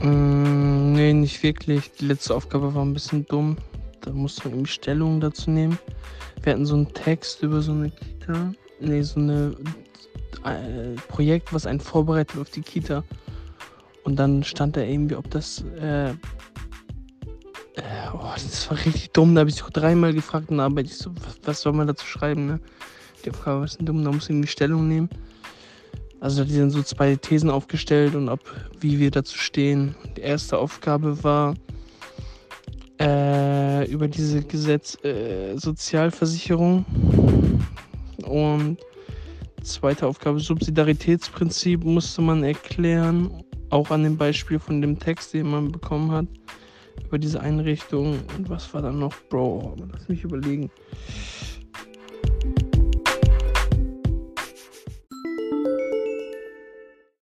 Nee, nicht wirklich. Die letzte Aufgabe war ein bisschen dumm. Da musste man irgendwie Stellung dazu nehmen. Wir hatten so einen Text über so eine Kita. Nee, so eine Projekt, was einen vorbereitet auf die Kita. Und dann stand da irgendwie, ob das das war richtig dumm. Da habe ich auch dreimal gefragt in der Arbeit. Ich so, was soll man dazu schreiben, ne? Die Aufgabe war ein bisschen dumm, da muss ich irgendwie Stellung nehmen. Also die sind so zwei Thesen aufgestellt und wie wir dazu stehen. Die erste Aufgabe war über diese Sozialversicherung und zweite Aufgabe Subsidiaritätsprinzip musste man erklären, auch an dem Beispiel von dem Text, den man bekommen hat, über diese Einrichtung. Und was war dann noch, Bro? Lass mich überlegen.